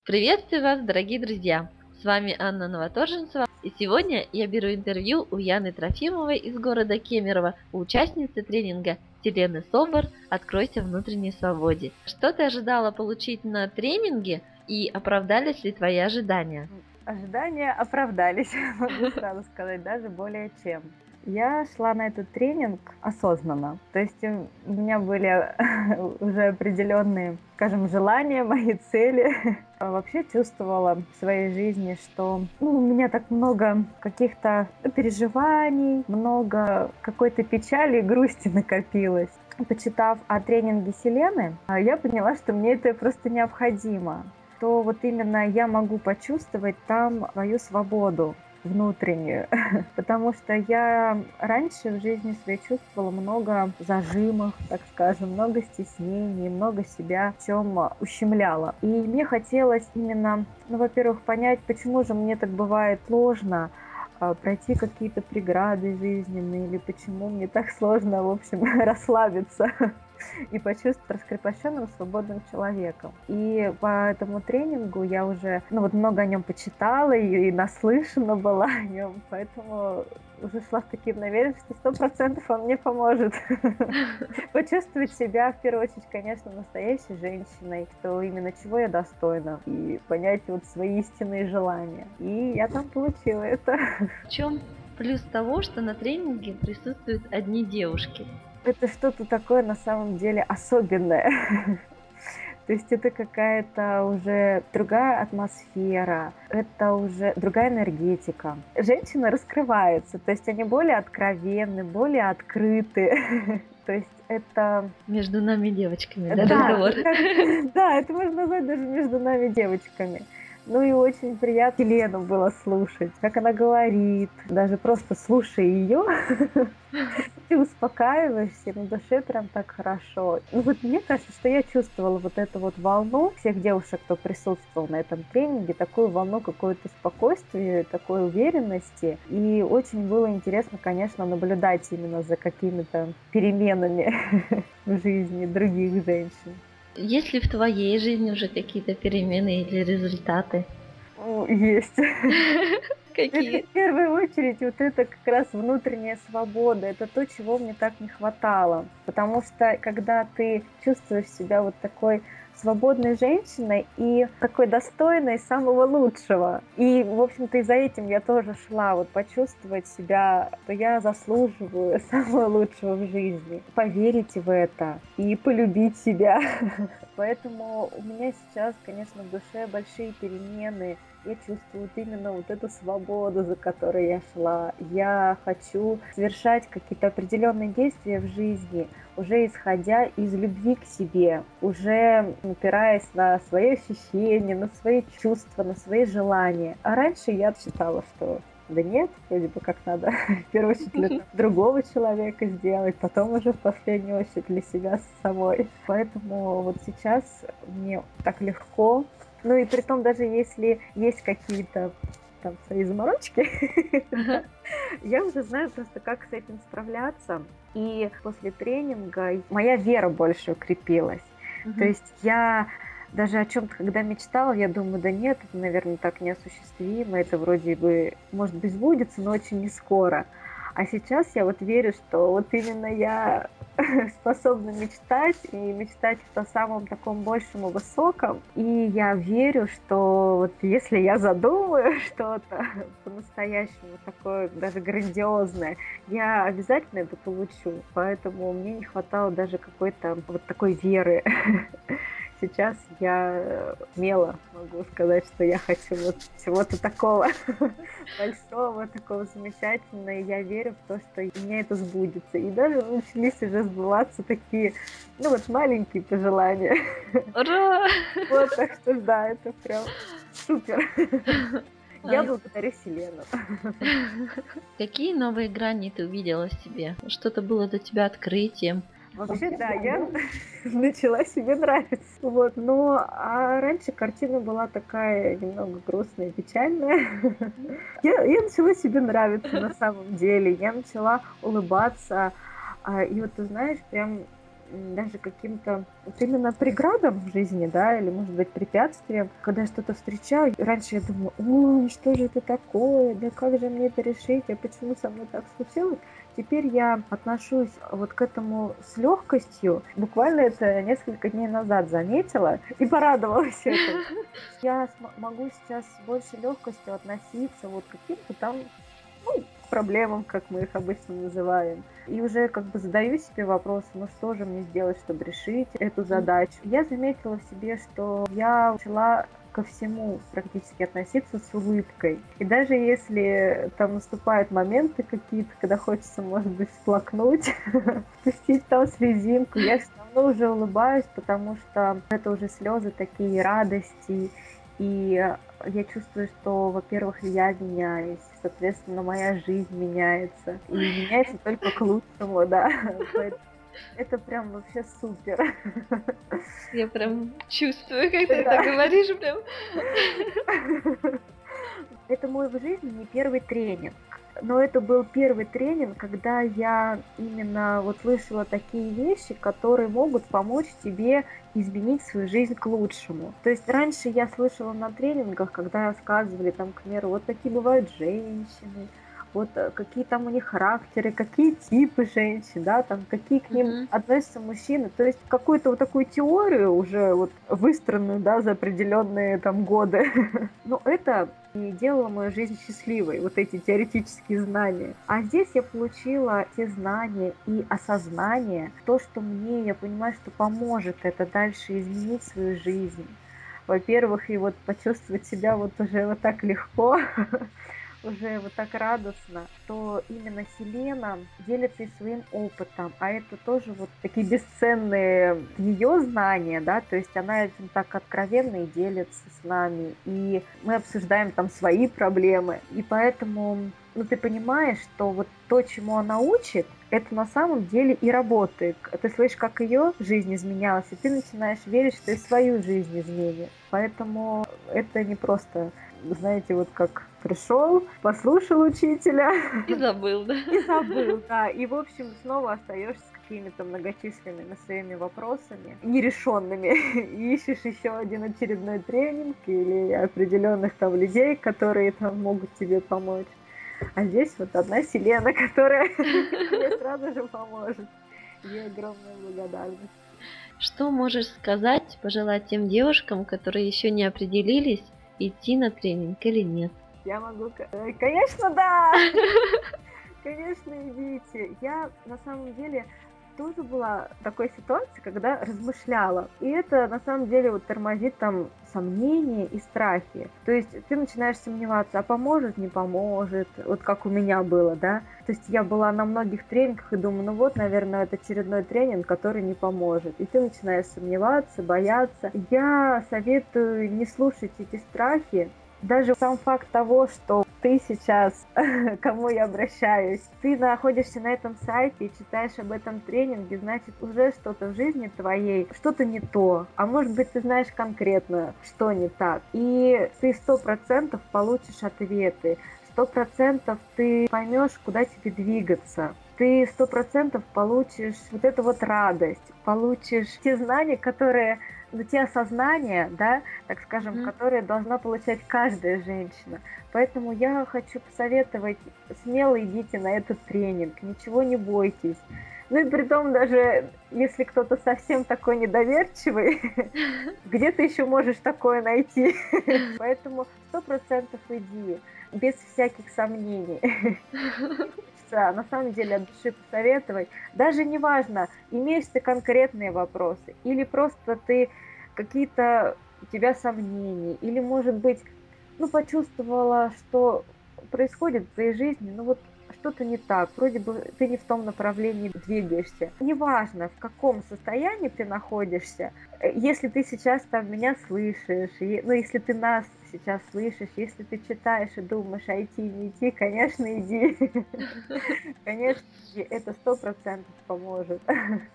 Приветствую вас, дорогие друзья! С вами Анна Новоторженцева, и сегодня я беру интервью у Яны Трофимовой из города Кемерово, у участницы тренинга Селены Собор «Откройся внутренней свободе». Что ты ожидала получить на тренинге и оправдались ли твои ожидания? Ожидания оправдались, могу сразу сказать, даже более чем. Я шла на этот тренинг осознанно. То есть у меня были уже определенные, скажем, желания, мои цели. Вообще чувствовала в своей жизни, что у меня так много каких-то переживаний, много какой-то печали и грусти накопилось. Почитав о тренинге Селены, я поняла, что мне это просто необходимо. То вот именно я могу почувствовать там свою свободу внутреннюю, потому что я раньше в жизни своей чувствовала много зажимов, так скажем, много стеснений, много себя в чем ущемляла. И мне хотелось именно, во-первых, понять, почему же мне так бывает сложно пройти какие-то преграды жизненные, или почему мне так сложно, в общем, расслабиться и почувствовать раскрепощенным, свободным человеком. И по этому тренингу я уже, много о нем почитала и наслышана была о нем, поэтому уже шла с таким намерением, что 100% он мне поможет почувствовать себя, в первую очередь, конечно, настоящей женщиной, что именно чего я достойна, и понять вот свои истинные желания. И я там получила это. В чем плюс того, что на тренинге присутствуют одни девушки? Это что-то такое на самом деле особенное. То есть это какая-то уже другая атмосфера, это уже другая энергетика. Женщины раскрываются, то есть они более откровенны, более открыты. То есть это... Между нами девочками, да, Да, разговор? да, это можно назвать даже между нами девочками. Ну и очень приятно Елену было слушать, как она говорит. Даже просто слушая ее, ты успокаиваешься, и на душе прям так хорошо. Ну вот мне кажется, что я чувствовала вот эту вот волну всех девушек, кто присутствовал на этом тренинге, такую волну какое-то спокойствия, такой уверенности. И очень было интересно, конечно, наблюдать именно за какими-то переменами в жизни других женщин. Есть ли в твоей жизни уже какие-то перемены или результаты? Есть. Это Какие? в первую очередь вот это как раз внутренняя свобода. Это то, чего мне так не хватало. Потому что когда ты чувствуешь себя вот такой свободной женщиной и такой достойной самого лучшего. И, в общем-то, и за этим я тоже шла, вот почувствовать себя, что я заслуживаю самого лучшего в жизни. Поверить в это и полюбить себя. Поэтому у меня сейчас, конечно, в душе большие перемены. Я чувствую вот именно вот эту свободу, за которой я шла. Я хочу совершать какие-то определенные действия в жизни, уже исходя из любви к себе, уже опираясь на свои ощущения, на свои чувства, на свои желания. А раньше я считала, что да нет, вроде бы как надо в первую очередь для другого человека сделать, потом уже в последнюю очередь для себя самой. Поэтому вот сейчас мне так легко. Ну и при том, даже если есть какие-то там свои заморочки, Ага. я уже знаю просто, как с этим справляться. И после тренинга моя вера больше укрепилась. То Мгм. есть я даже о чем-то, когда мечтала, я думаю, да нет, это, наверное, так неосуществимо, это вроде бы, может быть, сбудется, но очень не скоро. А сейчас я вот верю, что вот именно я способна мечтать и мечтать о самом таком большем и высоком. И я верю, что вот если я задумаю что-то по-настоящему такое, даже грандиозное, я обязательно это получу. Поэтому мне не хватало даже какой-то вот такой веры. Сейчас я смело могу сказать, что я хочу вот чего-то такого большого, такого замечательного. И я верю в то, что у меня это сбудется. И даже начались уже сбываться такие, вот маленькие пожелания. Ура! Вот, так что да, это прям супер. Я А, благодарю Вселенную. какие новые грани ты увидела в себе? Что-то было для тебя открытием? Вообще, да, я начала себе нравиться. Вот, но раньше картина была такая немного грустная, печальная. Я начала себе нравиться на самом деле. Я начала улыбаться. И вот ты знаешь, прям даже каким-то вот именно преградам в жизни, да, или, может быть, препятствиям. Когда я что-то встречаю, раньше я думала: ой, что же это такое, да как же мне это решить, а почему со мной так случилось? Теперь я отношусь вот к этому с легкостью. Буквально это несколько дней назад заметила и порадовалась этому. Я могу сейчас с большей легкостью относиться вот к каким-то там, ну, проблемам, как мы их обычно называем. И уже как бы задаю себе вопрос, ну что же мне сделать, чтобы решить эту Мгм. задачу. Я заметила в себе, что я начала ко всему практически относиться с улыбкой. И даже если там наступают моменты какие-то, когда хочется, может быть, всплакнуть, пустить там слезинку, я все равно уже улыбаюсь, потому что это уже слезы такие радости. И я чувствую, что, во-первых, я меняюсь, соответственно, моя жизнь меняется. И меняется только к лучшему, да. Поэтому это прям вообще супер. Я прям чувствую, как ты это Да. говоришь, прям. Это мой в жизни не первый тренинг. Но это был первый тренинг, когда я именно вот слышала такие вещи, которые могут помочь тебе изменить свою жизнь к лучшему. То есть раньше я слышала на тренингах, когда рассказывали там, к примеру, вот такие бывают женщины, вот какие там у них характеры, какие типы женщин, да, там, какие к ним Мгм. относятся мужчины. То есть какую-то вот такую теорию уже вот выстроенную, да, за определенные там годы. Но это не делало мою жизнь счастливой, вот эти теоретические знания. А здесь я получила те знания и осознание, то, что мне, я понимаю, что поможет это дальше изменить свою жизнь. Во-первых, и вот почувствовать себя вот уже вот так легко, уже вот так радостно, что именно Селена делится и своим опытом, а это тоже вот такие бесценные ее знания, да, то есть она этим так откровенно и делится с нами, и мы обсуждаем там свои проблемы, и поэтому, ну, ты понимаешь, что вот то, чему она учит, это на самом деле и работает. Ты слышишь, как ее жизнь изменялась, и ты начинаешь верить, что и свою жизнь изменит. Поэтому это не просто, знаете, вот как пришел, послушал учителя И забыл, да? и забыл, да. И, в общем, снова остаешься с какими-то многочисленными своими вопросами, нерешенными, и ищешь еще один очередной тренинг или определенных там людей, которые там могут тебе помочь. А здесь вот одна Селена, которая тебе сразу же поможет. Ей огромная благодарность. Что можешь сказать, пожелать тем девушкам, которые еще не определились, идти на тренинг или нет? Я могу... Конечно, да! Конечно, идите. Я на самом деле тоже была в такой ситуации, когда размышляла. И это на самом деле вот тормозит там сомнения и страхи. То есть ты начинаешь сомневаться, а поможет, не поможет. Вот как у меня было, да. То есть я была на многих тренингах и думаю, ну вот, наверное, это очередной тренинг, который не поможет. И ты начинаешь сомневаться, бояться. Я советую не слушать эти страхи. Даже сам факт того, что ты сейчас, к кому я обращаюсь, ты находишься на этом сайте и читаешь об этом тренинге, значит, уже что-то в жизни твоей, что-то не то. А может быть, ты знаешь конкретно, что не так. И ты 100% получишь ответы. 100% ты поймешь, куда тебе двигаться. Ты 100% получишь вот эту вот радость, получишь те знания, которые, ну, те осознания, да, так скажем, Мгм. которые должна получать каждая женщина. Поэтому я хочу посоветовать, смело идите на этот тренинг, ничего не бойтесь. Ну и при том, даже если кто-то совсем такой недоверчивый, где ты еще можешь такое найти? Поэтому 100% иди, без всяких сомнений. Мне хочется на самом деле от души посоветовать. Даже неважно, имеешь ты конкретные вопросы или просто ты какие-то у тебя сомнения, или, может быть, ну, почувствовала, что происходит в твоей жизни, ну вот что-то не так, вроде бы ты не в том направлении двигаешься. Неважно, в каком состоянии ты находишься, если ты сейчас там меня слышишь, ну, если ты нас сейчас слышишь, если ты читаешь и думаешь, а идти, не идти, конечно, иди. Конечно, это 100% поможет.